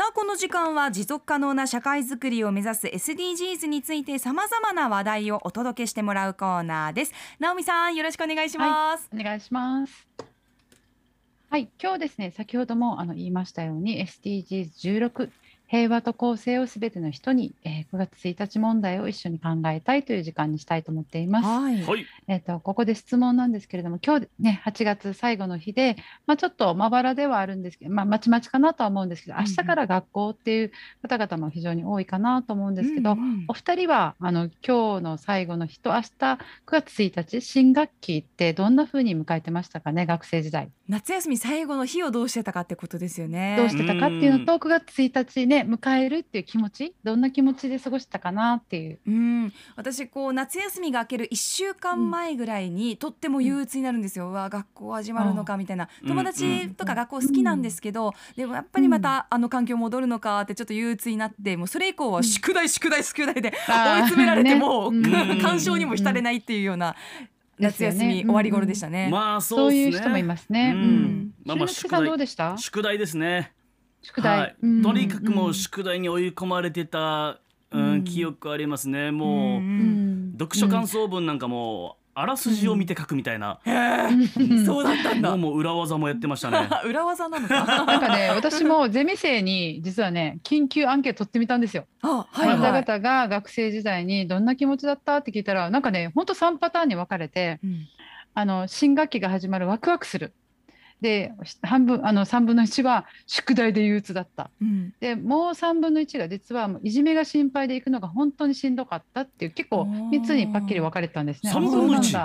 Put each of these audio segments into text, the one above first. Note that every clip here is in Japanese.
さあこの時間は持続可能な社会づくりを目指す SDGs についてさまざまな話題をお届けしてもらうコーナーです。直美さん、よろしくお願いします。 お願いします。はい、今日ですね、先ほども言いましたように SDGs16 平和と公正をすべての人に、9月1日問題を一緒に考えたいという時間にしたいと思っています。 はい。 はい。 ここで質問なんですけれども、今日ね、8月最後の日で、ちょっとまばらではあるんですけど、まちまちかなとは思うんですけど、明日から学校っていう方々も非常に多いかなと思うんですけど、お二人は今日の最後の日と明日9月1日、新学期ってどんな風に迎えてましたかね、学生時代。 夏休み最後の日をどうしてたかってことですよどうしね。 てたかっていうのと、9月1日ね、迎えるっていう気持ち、どんな気持ちで過ごしたかなっていう。 私夏休みが明ける1週間前ぐらいにとっても憂鬱になるんですよ。うわ、学校始まるのかみたいな。友達とか学校好きなんですけど、でもやっぱりまた環境戻るのかってちょっと憂鬱になって、もうそれ以降は宿題で追い詰められて、もう干渉にも浸れないっていうような夏休み終わり頃でしたね。 まあそうですね。 いう人もいますね。 宿さんどうでした？ 題ですね。 宿題。 はい。とにかくもう宿題に追い込まれてた、記憶ありますね。もう、読書感想文なんかもあらすじを見て書くみたいな。 そうだったんだ。 もう裏技もやってましたね。 裏技なのか。 なんかね、私もゼミ生に実はね、緊急アンケート取ってみたんですよ。あなた方が学生時代にどんな気持ちだったって聞いたら、なんかね、ほんと3パターンに分かれて、新学期が始まるワクワクする。で、3分の1は宿題で憂鬱だった。で、もう3分の1が実はもういじめが心配で行くのが本当にしんどかったっていう、結構3つにパッキリ分かれてたんですね。 3分の 1？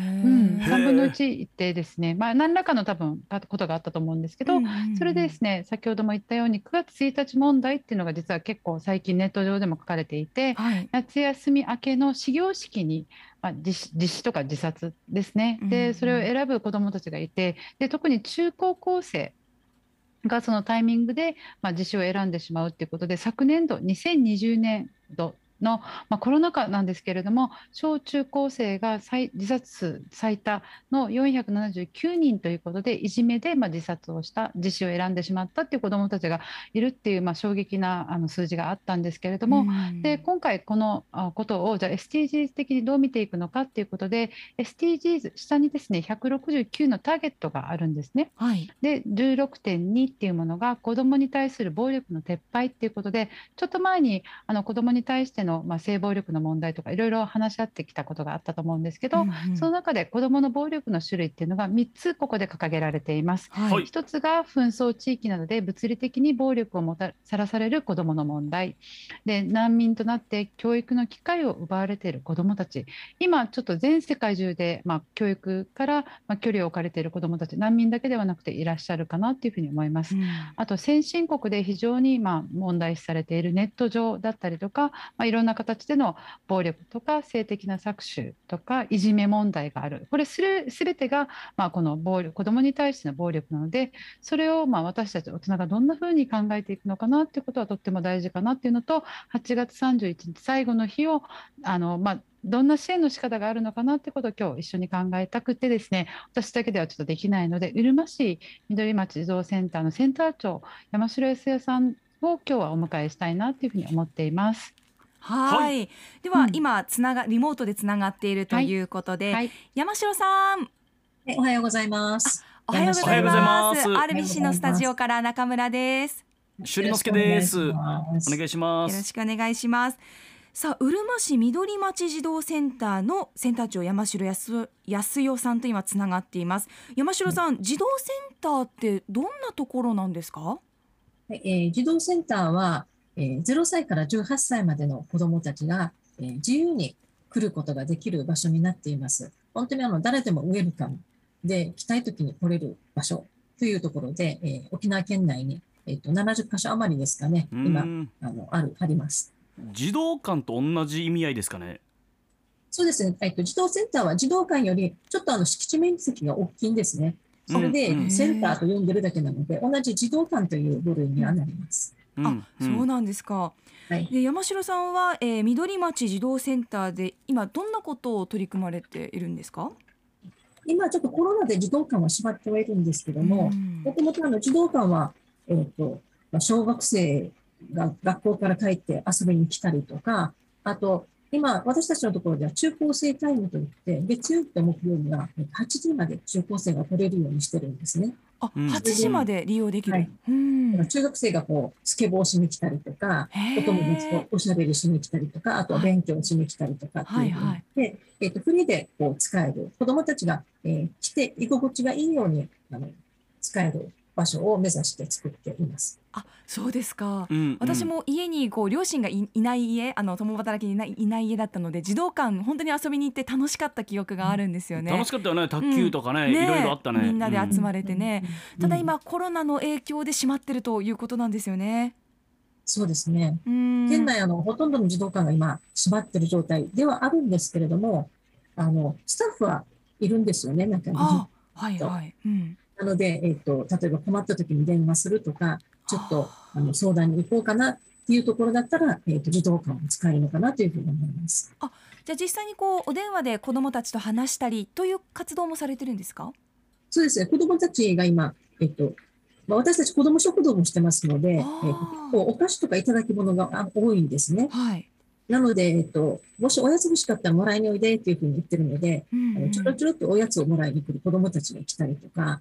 3分の1ってですね、何らかの多分ことがあったと思うんですけど、それでですね、先ほども言ったように9月1日問題っていうのが実は結構最近ネット上でも書かれていて、夏休み明けの始業式に実施とか自殺ですね。で、それを選ぶ子どもたちがいて、で、特に中高校生がそのタイミングで実施を選んでしまうということで、昨年度2020年度の、コロナ禍なんですけれども、小中高生が自殺数最多の479人ということで、いじめで自殺をした実施を選んでしまったっていう子どもたちがいるっていう衝撃な数字があったんですけれども、で今回このことをじゃあ SDGs 的にどう見ていくのかっていうことで、 SDGs 下にですね169のターゲットがあるんですね。で 16.2 っていうものが子どもに対する暴力の撤廃っていうことで、ちょっと前に子どもに対しての性暴力の問題とかいろいろ話し合ってきたことがあったと思うんですけど、その中で子どもの暴力の種類っていうのが3つここで掲げられています。1つが紛争地域などで物理的に暴力をさらされる子どもの問題で、難民となって教育の機会を奪われている子どもたち、今ちょっと全世界中で教育から距離を置かれている子どもたち、難民だけではなくていらっしゃるかなというふうに思います。あと先進国で非常に問題視されているネット上だったりとか、いろんな形での暴力とか性的な搾取とかいじめ問題がある。これすべてがこの子どもに対しての暴力なので、それを私たち大人がどんなふうに考えていくのかなということはとっても大事かなっていうのと、8月31日最後の日をどんな支援の仕方があるのかなってことを今日一緒に考えたくてですね、私だけではちょっとできないので、うるま市緑町児童センターのセンター長山城康也さんを今日はお迎えしたいなというふうに思っています。 はい、では、今リモートでつながっているということで、山城さん、 おはようございます。 おはようございます。RBC のスタジオから中村です。 朱里之助です。お願いします。 よろしくお願いします。さあ、うるま市緑町児童センターのセンター長山城康代さんと今つながっています。山城さん、児童センターってどんなところなんですか？ 児童センターは0歳から18歳までの子どもたちが自由に来ることができる場所になっています。本当に誰でもウェルカムで来たいときに来れる場所というところで、沖縄県内に、70カ所余りですかね、今あります。 児童館と同じ意味合いですかね？ そうですね、児童センターは児童館よりちょっと敷地面積が大きいんですね。それでセンターと呼んでるだけなので、同じ児童館という部類にはなります。 そうなんですか。で山城さんは、緑町児童センターで今どんなことを取り組まれているんですか？ 今ちょっとコロナで児童館は閉まってはいるんですけども、もともと児童館は、 小学生が学校から帰って遊びに来たりとか、あと、今、私たちのところでは中高生タイムといって、月曜日と木曜日は8時まで中高生が取れるようにしてるんですね。 8時まで利用できる。 はい、だから中学生がスケボーしに来たりとか、お友達とおしゃべりしに来たりとか、あとは勉強しに来たりとかっていうふうにで、フリーで使える、子どもたちが、来て居心地がいいように使える場所を目指して作っています。 そうですか。私も家に両親がいない家、共働きにいない家だったので、児童館本当に遊びに行って楽しかった記憶があるんですよね。 楽しかったよね。卓球とかね、いろいろあったね。 みんなで集まれてね。ただ今コロナの影響で閉まってるということなんですよね。 そうですね。現在ほとんどの児童館が今閉まってる状態ではあるんですけれども、スタッフはいるんですよね、中に。なので、例えば困った時に電話するとか、ちょっと相談に行こうかなっていうところだったら、児童館を使えるのかなというふうに思います。 じゃあ実際にお電話で子どもたちと話したりという活動もされてるんですか？ そうですね。子どもたちが今、私たち子ども食堂もしてますので、お菓子とかいただき物が多いんですね。なので、もしおやつ欲しかったらもらいにおいでっていうふうに言ってるので、ちょろちょろっとおやつをもらいに来る子どもたちが来たりとか、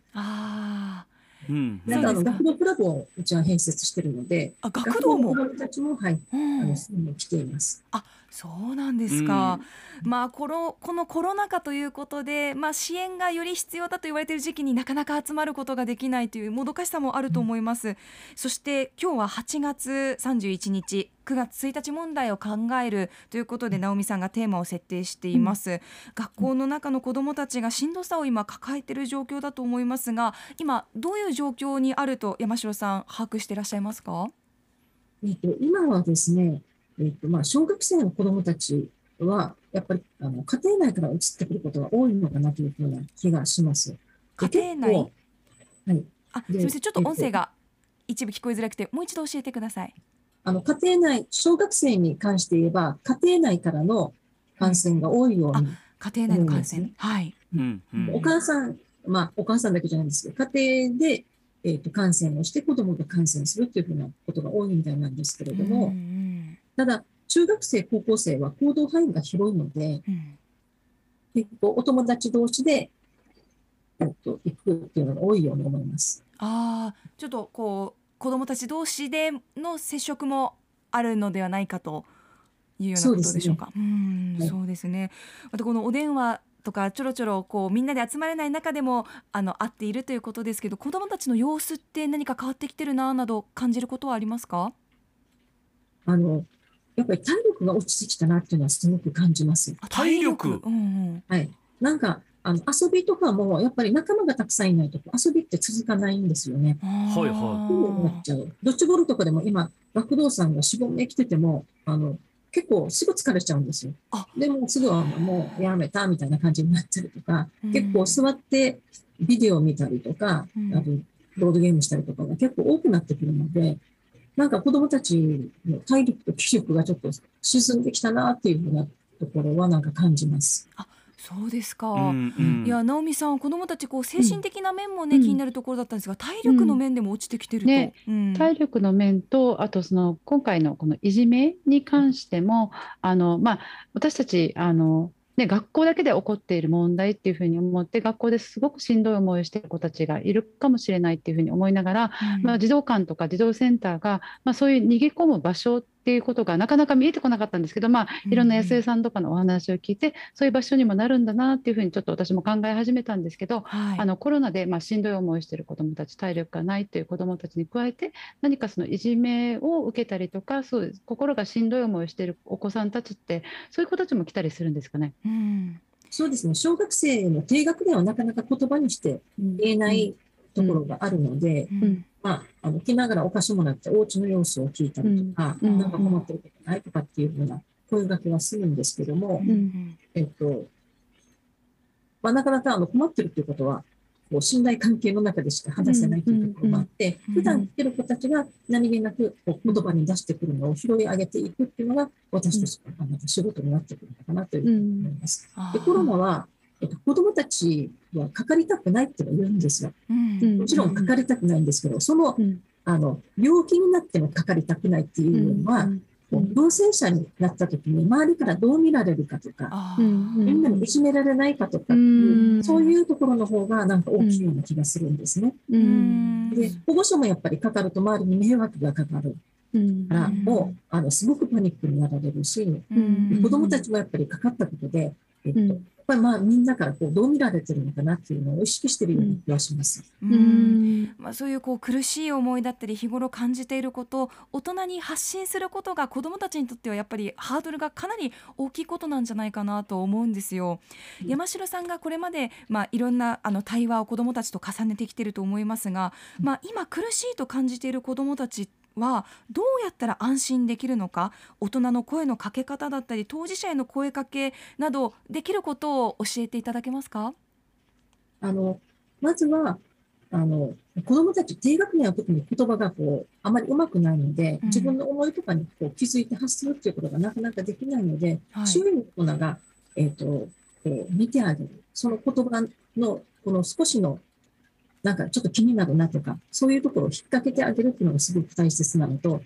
学童クラブをうちは併設しているので、 学童も子どもたちも、来ています。 そうなんですか。このコロナ禍ということで、支援がより必要だと言われている時期になかなか集まることができないというもどかしさもあると思います。そして今日は8月31日、9月1日問題を考えるということで、直美さんがテーマを設定しています。学校の中の子どもたちがしんどさを今抱えている状況だと思いますが、今どういう状況にあると山城さん把握していらっしゃいますか？ 今はですね、小学生の子どもたちはやっぱり家庭内から移ってくることが多いのかなというふうな気がします。 家庭内、すみません、ちょっと音声が一部聞こえづらくて、もう一度教えてください。 家庭内、小学生に関して言えば家庭内からの感染が多いように、 家庭内の感染、 お母さん、お母さんだけじゃないんですけど、家庭で、感染をして子どもが感染するというふうなことが多いみたいなんですけれども、ただ中学生高校生は行動範囲が広いので、結構お友達同士で、行くっていうのが多いように思います。 ちょっと子どもたち同士での接触もあるのではないかというようなことでしょうか。そうですね。またこのお電話とかちょろちょろみんなで集まれない中でも会っているということですけど、子どもたちの様子って何か変わってきてるなど感じることはありますか？ やっぱり体力が落ちてきたなっていうのはすごく感じます。 体力、 なんか遊びとかもやっぱり仲間がたくさんいないと遊びって続かないんですよね。ドッジボールとかでも今学童さんが 4,5 名来てても結構すぐ疲れちゃうんですよ。でもすぐはもうやめたみたいな感じになったりとか、結構座ってビデオを見たりとか、ボードゲームしたりとかが結構多くなってくるので、なんか子どもたちの体力と気力がちょっと沈んできたなっていうふうなところはなんか感じます。 そうですか。いや、直美さん、子どもたち精神的な面もね、気になるところだったんですが、体力の面でも落ちてきてると。 体力の面と、あと今回のこのいじめに関しても、私たち学校だけで起こっている問題っていうふうに思って、学校ですごくしんどい思いをしている子たちがいるかもしれないっていうふうに思いながら、児童館とか児童センターが、そういう逃げ込む場所っていうことがなかなか見えてこなかったんですけど、いろんな安江さんとかのお話を聞いて、そういう場所にもなるんだなっていうふうにちょっと私も考え始めたんですけど、コロナでしんどい思いをしている子どもたち、体力がないという子どもたちに加えて、何かそのいじめを受けたりとか、そう心がしんどい思いをしているお子さんたちって、そういう子たちも来たりするんですかね。 そうですね。小学生の低学年はなかなか言葉にして言えないところがあるので、来ながらお菓子もらってお家の様子を聞いたりとか、なんか困ってることないとかっていうふうな声掛けはするんですけども、なかなか困ってるっていうことは信頼関係の中でしか話せないというところがあって、普段来てる子たちが何気なく言葉に出してくるのを拾い上げていくっていうのが私たちの仕事になってくるのかなというふうに思います。で、コロナは子どもたちはかかりたくないって言うんですよ。もちろんかかりたくないんですけど、その病気になってもかかりたくないっていうのは、陽性者になった時に周りからどう見られるかとか、みんなにいじめられないかとか、そういうところの方がなんか大きいような気がするんですね。で、保護者もやっぱりかかると周りに迷惑がかかるからもうすごくパニックになられるし、子どもたちもやっぱりかかったことで、やっぱりみんなからどう見られてるのかなっていうのを意識しているような気がします。 そういう苦しい思いだったり日頃感じていることを大人に発信することが子どもたちにとってはやっぱりハードルがかなり大きいことなんじゃないかなと思うんですよ。山城さんがこれまで、いろんな対話を子どもたちと重ねてきていると思いますが、今苦しいと感じている子どもたちはどうやったら安心できるのか、大人の声のかけ方だったり当事者への声かけなどできることを教えていただけますか？ まずは子どもたち低学年は特に言葉があまりうまくないので、自分の思いとかに気づいて発するっていうことがなかなかできないので、周囲の大人が、見てあげる、その言葉のこの少しのなんかちょっと気になるなとか、そういうところを引っ掛けてあげるっていうのがすごく大切なのと、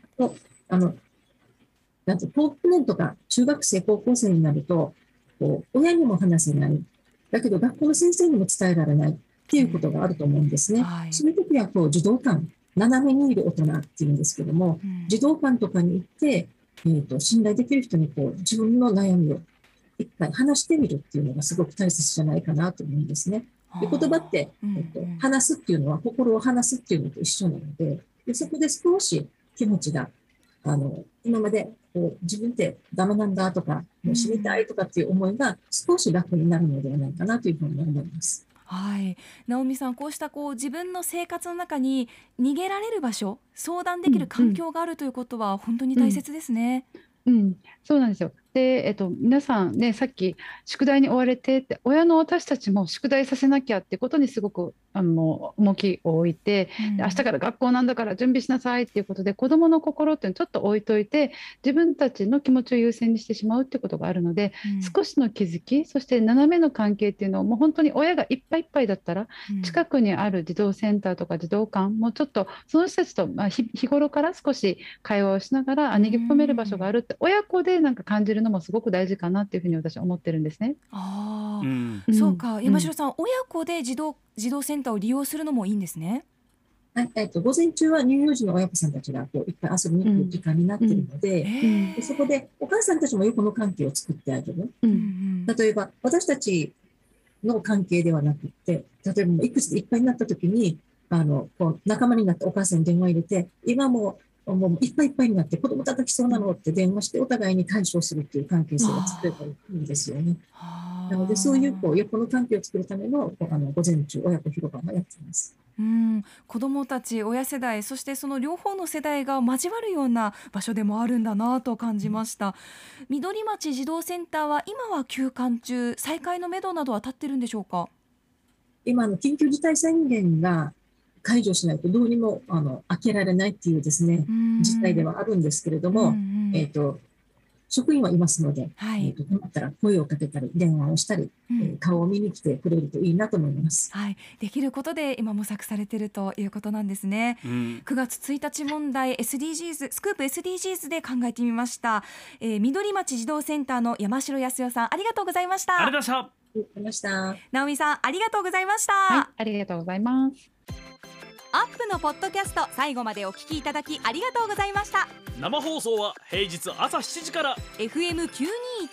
高年とか中学生高校生になると親にも話せない、だけど学校の先生にも伝えられないっていうことがあると思うんですね。そういう時は児童館、斜めにいる大人っていうんですけども、児童館とかに行って、信頼できる人に自分の悩みを一回話してみるっていうのがすごく大切じゃないかなと思うんですね。で、言葉って、話すっていうのは心を話すっていうのと一緒なので、そこで少し気持ちが今まで自分ってダメなんだとか、もう死にたいとかっていう思いが少し楽になるのではないかなというふうに思います。 直美さん、こうした自分の生活の中に逃げられる場所、相談できる環境があるということは本当に大切ですね。 そうなんですよ。で、皆さんね、さっき宿題に追われてって、親の私たちも宿題させなきゃってことにすごく重きを置いて、明日から学校なんだから準備しなさいっていうことで、子どもの心っていうのをちょっと置いといて、自分たちの気持ちを優先にしてしまうってことがあるので、少しの気づき、そして斜めの関係っていうのをもう本当に親がいっぱいいっぱいだったら、近くにある児童センターとか児童館もちょっとその人たちと日頃から少し会話をしながら逃げ込める場所があるって親子でなんか感じるのもすごく大事かなっていうふうに私は思ってるんですね。 そうか、山城さん、親子で児童センターを利用するのもいいんですね。 午前中は乳幼児の親子さんたちがいっぱい遊びに行く時間になっているので、そこでお母さんたちも横の関係を作ってあげる。例えば私たちの関係ではなくて、例えば育児でいっぱいになった時に仲間になったお母さんに電話入れて、今もういっぱいいっぱいになって子供叩きそうなのって電話してお互いに解消するっていう関係性が作れたらいいんですよね。なのでそういう横の関係を作るための午前中親子広場もやっています。 子どもたち、親世代、そしてその両方の世代が交わるような場所でもあるんだなと感じました。緑町児童センターは今は休館中、再開のめどなどは立ってるんでしょうか？ 今緊急事態宣言が解除しないとどうにも開けられないっていうですね、事態ではあるんですけれども、職員はいますので、困ったら声をかけたり電話をしたり、顔を見に来てくれるといいなと思います。 できることで今模索されているということなんですね。9月1日問題 SDGs スクープ SDGs で考えてみました。緑町児童センターの山城康代さん、ありがとうございました。 ありがとうございました。 直美さん、ありがとうございました。 ありがとうございます。 アップのポッドキャスト、最後までお聞きいただきありがとうございました。 生放送は平日朝7時から FM921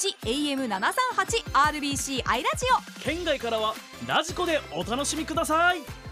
AM738 RBC アイラジオ、 県外からはラジコでお楽しみください。